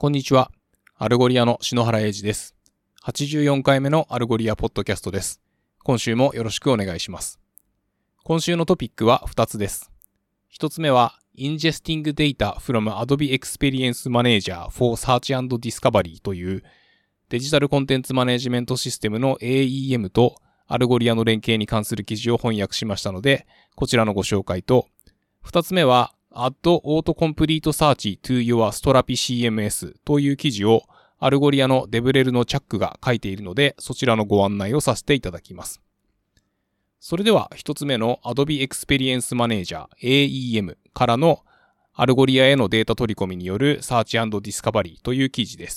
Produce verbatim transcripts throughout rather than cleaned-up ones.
こんにちは。アルゴリアの篠原英二です。はちじゅうよんかいめのアルゴリアポッドキャストです。今週もよろしくお願いします。今週のトピックはふたつです。ひとつめは Ingesting Data from Adobe Experience Manager for Search and Discovery というデジタルコンテンツマネジメントシステムの エーイーエム とアルゴリアの連携に関する記事を翻訳しましたので、こちらのご紹介と、ふたつめはAdd Autocomplete Search to Your Strapi シーエムエス という記事をアルゴリアのデブレルのチャックが書いているので、そちらのご案内をさせていただきます。それではひとつめの Adobe Experience Manager エーイーエム からのアルゴリアへのデータ取り込みによる Search and Discovery という記事です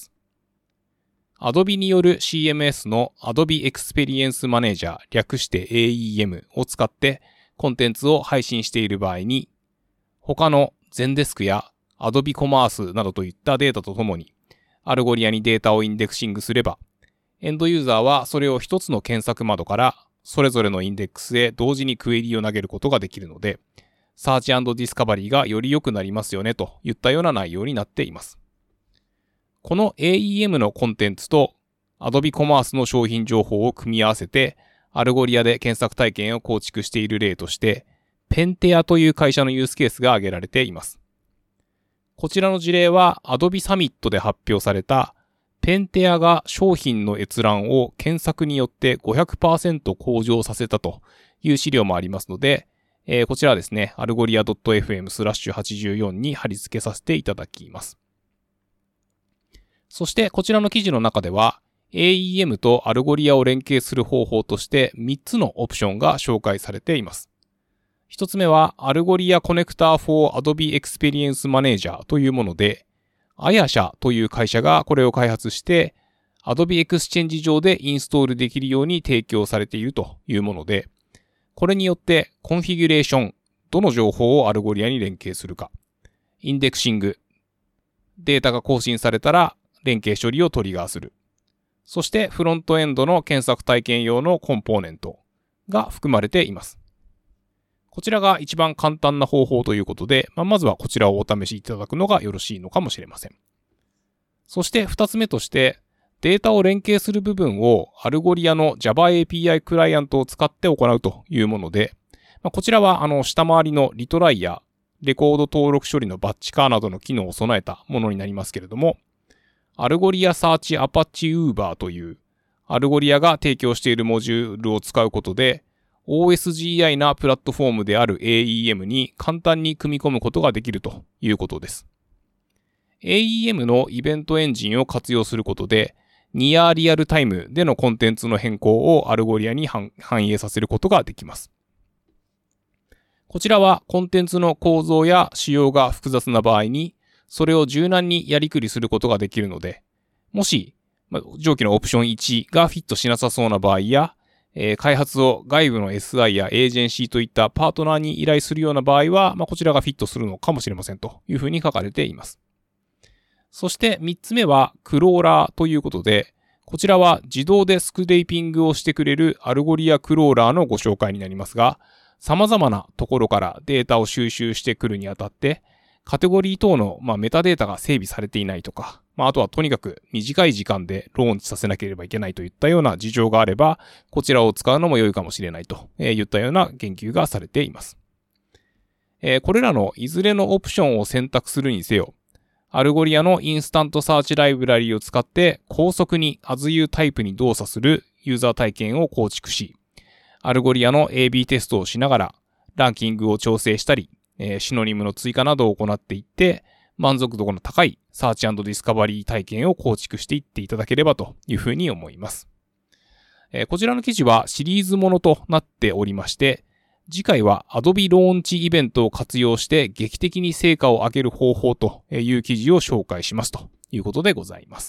。Adobe による シーエムエス の Adobe Experience Manager 略して エーイーエム を使ってコンテンツを配信している場合に、他の Zendesk や Adobe Commerce などといったデータとともに、アルゴリアにデータをインデクシングすれば、エンドユーザーはそれを一つの検索窓からそれぞれのインデックスへ同時にクエリを投げることができるので、Search and Discovery がより良くなりますよねといったような内容になっています。この エーイーエム のコンテンツと Adobe Commerce の商品情報を組み合わせて、アルゴリアで検索体験を構築している例として、ペンテアという会社のユースケースが挙げられています。こちらの事例は Adobe Summit で発表されたペンテアが商品の閲覧を検索によって ごひゃくパーセント 向上させたという資料もありますので、えー、こちらはですね、アルゴリア .fm スラッシュはちじゅうよんに貼り付けさせていただきます。そしてこちらの記事の中では エーイーエム とアルゴリアを連携する方法としてみっつのオプションが紹介されています。一つ目は、アルゴリアコネクター for Adobe Experience Manager というもので、アヤシャという会社がこれを開発して、Adobe Exchange 上でインストールできるように提供されているというもので、これによってコンフィギュレーション、どの情報をアルゴリアに連携するか、インデクシング、データが更新されたら連携処理をトリガーする。そしてフロントエンドの検索体験用のコンポーネントが含まれています。こちらが一番簡単な方法ということで、まあ、まずはこちらをお試しいただくのがよろしいのかもしれません。そして二つ目として、データを連携する部分をアルゴリアの Java エーピーアイ クライアントを使って行うというもので、まあ、こちらはあの下回りのリトライやレコード登録処理のバッチ化などの機能を備えたものになりますけれども、アルゴリアサーチアパッチウーバーというアルゴリアが提供しているモジュールを使うことで、オーエスジーアイ なプラットフォームである エーイーエム に簡単に組み込むことができるということです。エーイーエム のイベントエンジンを活用することで、ニアリアルタイムでのコンテンツの変更をアルゴリアに反映させることができます。こちらはコンテンツの構造や仕様が複雑な場合に、それを柔軟にやりくりすることができるので、もし、上記のオプションいちがフィットしなさそうな場合や、えー、開発を外部の エスアイ やエージェンシーといったパートナーに依頼するような場合は、まあ、こちらがフィットするのかもしれませんというふうに書かれています。そしてみっつめはクローラーということで、こちらは自動でスクレーピングをしてくれるアルゴリアクローラーのご紹介になりますが、様々なところからデータを収集してくるにあたって、カテゴリー等の、まあ、メタデータが整備されていないとか、まあ、あとはとにかく短い時間でローンチさせなければいけないといったような事情があれば、こちらを使うのも良いかもしれないといったような言及がされています。えー、これらのいずれのオプションを選択するにせよ、アルゴリアのインスタントサーチライブラリを使って高速に アズユー タイプに動作するユーザー体験を構築し、アルゴリアの エービー テストをしながらランキングを調整したり、えー、シノニムの追加などを行っていって、満足度の高いサーチ&ディスカバリー体験を構築していっていただければというふうに思います。えー、こちらの記事はシリーズものとなっておりまして、次回は Adobe ローンチイベントを活用して劇的に成果を上げる方法という記事を紹介しますということでございます。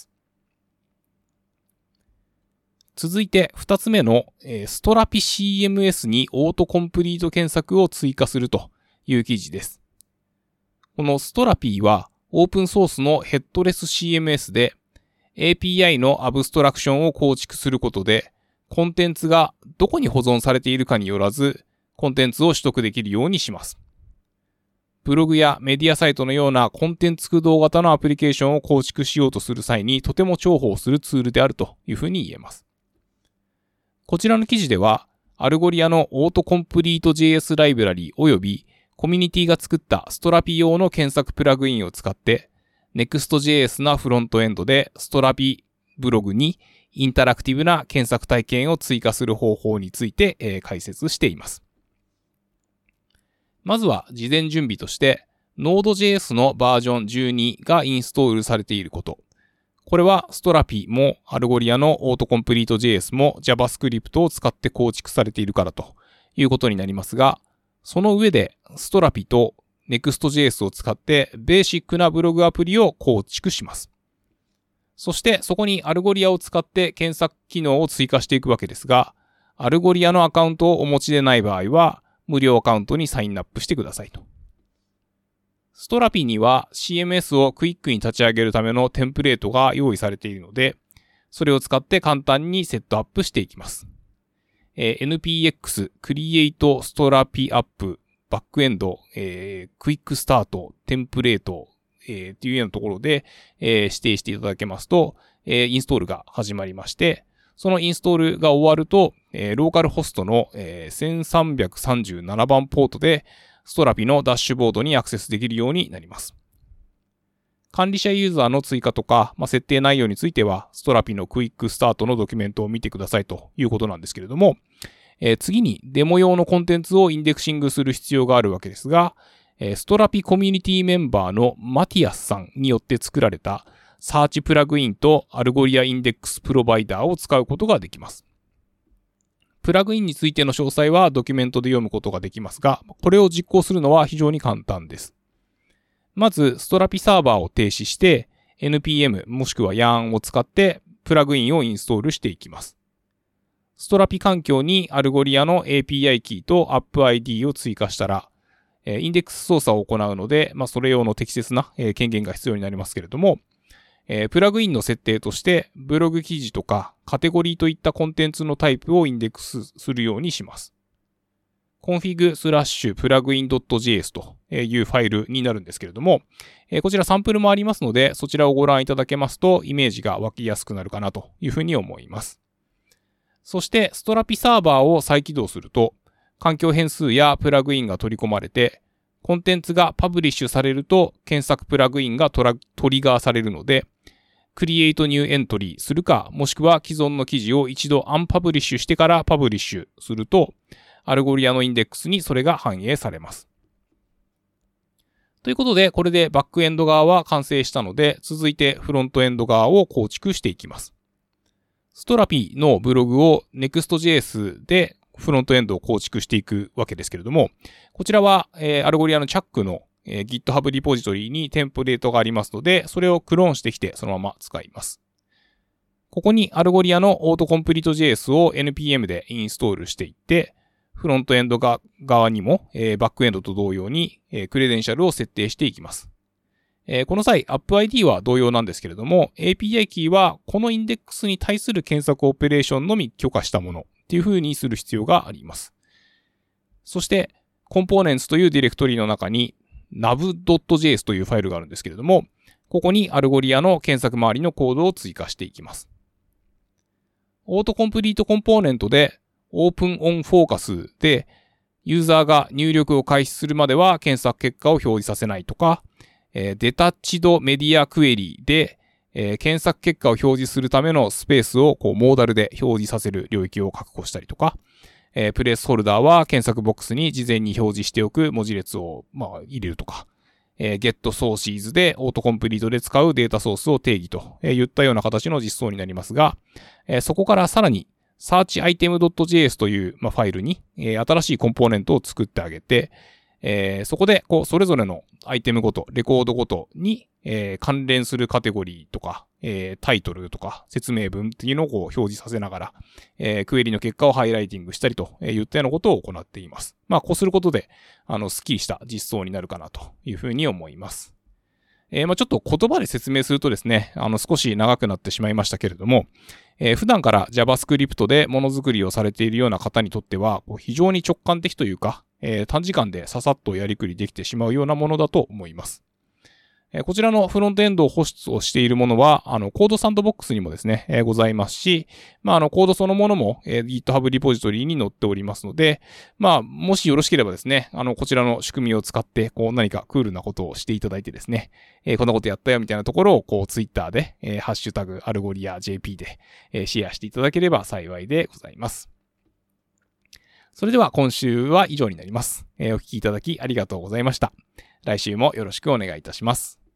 続いて二つ目のストラピ シーエムエス にオートコンプリート検索を追加するという記事です。このストラピーはオープンソースのヘッドレス シーエムエス で エーピーアイ のアブストラクションを構築することでコンテンツがどこに保存されているかによらずコンテンツを取得できるようにします。 ブログやメディアサイトのようなコンテンツ駆動型のアプリケーションを構築しようとする際にとても重宝するツールであるというふうに言えます。こちらの記事では、アルゴリアのオートコンプリート ジェイエス ライブラリ及びコミュニティが作ったストラピ用の検索プラグインを使って ネクストジェイエス なフロントエンドでストラピブログにインタラクティブな検索体験を追加する方法について、えー、解説しています。まずは事前準備として ノードジェイエス のバージョンじゅうにがインストールされていること。これはストラピもアルゴリアのオートコンプリート ジェイエス も JavaScript を使って構築されているからということになりますが、その上でストラピと ネクストジェイエス を使ってベーシックなブログアプリを構築します。そしてそこにアルゴリアを使って検索機能を追加していくわけですが、アルゴリアのアカウントをお持ちでない場合は無料アカウントにサインアップしてくださいと。ストラピには シーエムエス をクイックに立ち上げるためのテンプレートが用意されているので、それを使って簡単にセットアップしていきます。えー、エヌピーエックス Create Strapi App Backend、えー、クイックスタートテンプレート、えー、っていうようなところで、えー、指定していただけますと、えー、インストールが始まりまして、そのインストールが終わると、えー、ローカルホストの、えー、せんさんびゃくさんじゅうななばんポートでストラピのダッシュボードにアクセスできるようになります。管理者ユーザーの追加とか、まあ、設定内容については、ストラピのクイックスタートのドキュメントを見てくださいということなんですけれども、えー、次にデモ用のコンテンツをインデクシングする必要があるわけですが、えー、ストラピコミュニティメンバーのマティアスさんによって作られたサーチプラグインとアルゴリアインデックスプロバイダーを使うことができます。プラグインについての詳細はドキュメントで読むことができますが、これを実行するのは非常に簡単です。まず、ストラピサーバーを停止して、エヌピーエム もしくは ヤーン を使ってプラグインをインストールしていきます。ストラピ環境にアルゴリアの エーピーアイ キーと アップアイディー を追加したら、インデックス操作を行うので、まあ、それ用の適切な権限が必要になりますけれども、えー、プラグインの設定として、ブログ記事とかカテゴリーといったコンテンツのタイプをインデックスするようにします。config スラッシュ plugin.js というファイルになるんですけれども、えー、こちらサンプルもありますので、そちらをご覧いただけますと、イメージが湧きやすくなるかなというふうに思います。そして、ストラピサーバーを再起動すると、環境変数やプラグインが取り込まれて、コンテンツがパブリッシュされると、検索プラグインがトラトリガーされるので、Create New Entry するか、もしくは既存の記事を一度アンパブリッシュしてからパブリッシュすると、アルゴリアのインデックスにそれが反映されます。ということで、これでバックエンド側は完成したので、続いてフロントエンド側を構築していきます。ストラピのブログを ネクストジェイエス でフロントエンドを構築していくわけですけれども、こちらは、えー、アルゴリアのチャックのえー、GitHub リポジトリにテンプレートがありますので、それをクローンしてきてそのまま使います。ここにアルゴリアのオートコンプリート ジェイエス を エヌピーエム でインストールしていって、フロントエンド側にも、えー、バックエンドと同様に、えー、クレデンシャルを設定していきます。えー、この際、アップアイディー は同様なんですけれども、エーピーアイ キーはこのインデックスに対する検索オペレーションのみ許可したものっていう風にする必要があります。そして、コンポーネンツというディレクトリの中にnav.js というファイルがあるんですけれども、ここにアルゴリアの検索周りのコードを追加していきます。オートコンプリートコンポーネントで Open on Focus でユーザーが入力を開始するまでは検索結果を表示させないとか、えー、Detached Media Query で、えー、検索結果を表示するためのスペースをこうモーダルで表示させる領域を確保したりとか、えー、プレイスホルダーは検索ボックスに事前に表示しておく文字列を、まあ、入れるとか、えー、get sources でオートコンプリートで使うデータソースを定義といったような形の実装になりますが、えー、そこからさらに searchitem.js という、まあ、ファイルに、えー、新しいコンポーネントを作ってあげて、えー、そこでこうそれぞれのアイテムごと、レコードごとに、えー、関連するカテゴリーとか、えー、タイトルとか説明文っていうのをこう表示させながら、えー、クエリの結果をハイライティングしたりといったようなことを行っています。まあこうすることであのスッキリした実装になるかなというふうに思います。えー、まあちょっと言葉で説明するとですね、あの少し長くなってしまいましたけれども、えー、普段から JavaScript でものづくりをされているような方にとっては非常に直感的というか、 えー、短時間でささっとやりくりできてしまうようなものだと思います。えー、こちらのフロントエンドをホストをしているものは、あの、コードサンドボックスにもですね、えー、ございますし、まあ、あの、コードそのものも、えー、GitHub リポジトリに載っておりますので、まあ、もしよろしければですね、あの、こちらの仕組みを使って、こう、何かクールなことをしていただいてですね、えー、こんなことやったよみたいなところを、こう、Twitter で、えー、ハッシュタグ、アルゴリア ジェーピー で、えー、シェアしていただければ幸いでございます。それでは今週は以上になります。えー、お聞きいただきありがとうございました。来週もよろしくお願いいたします。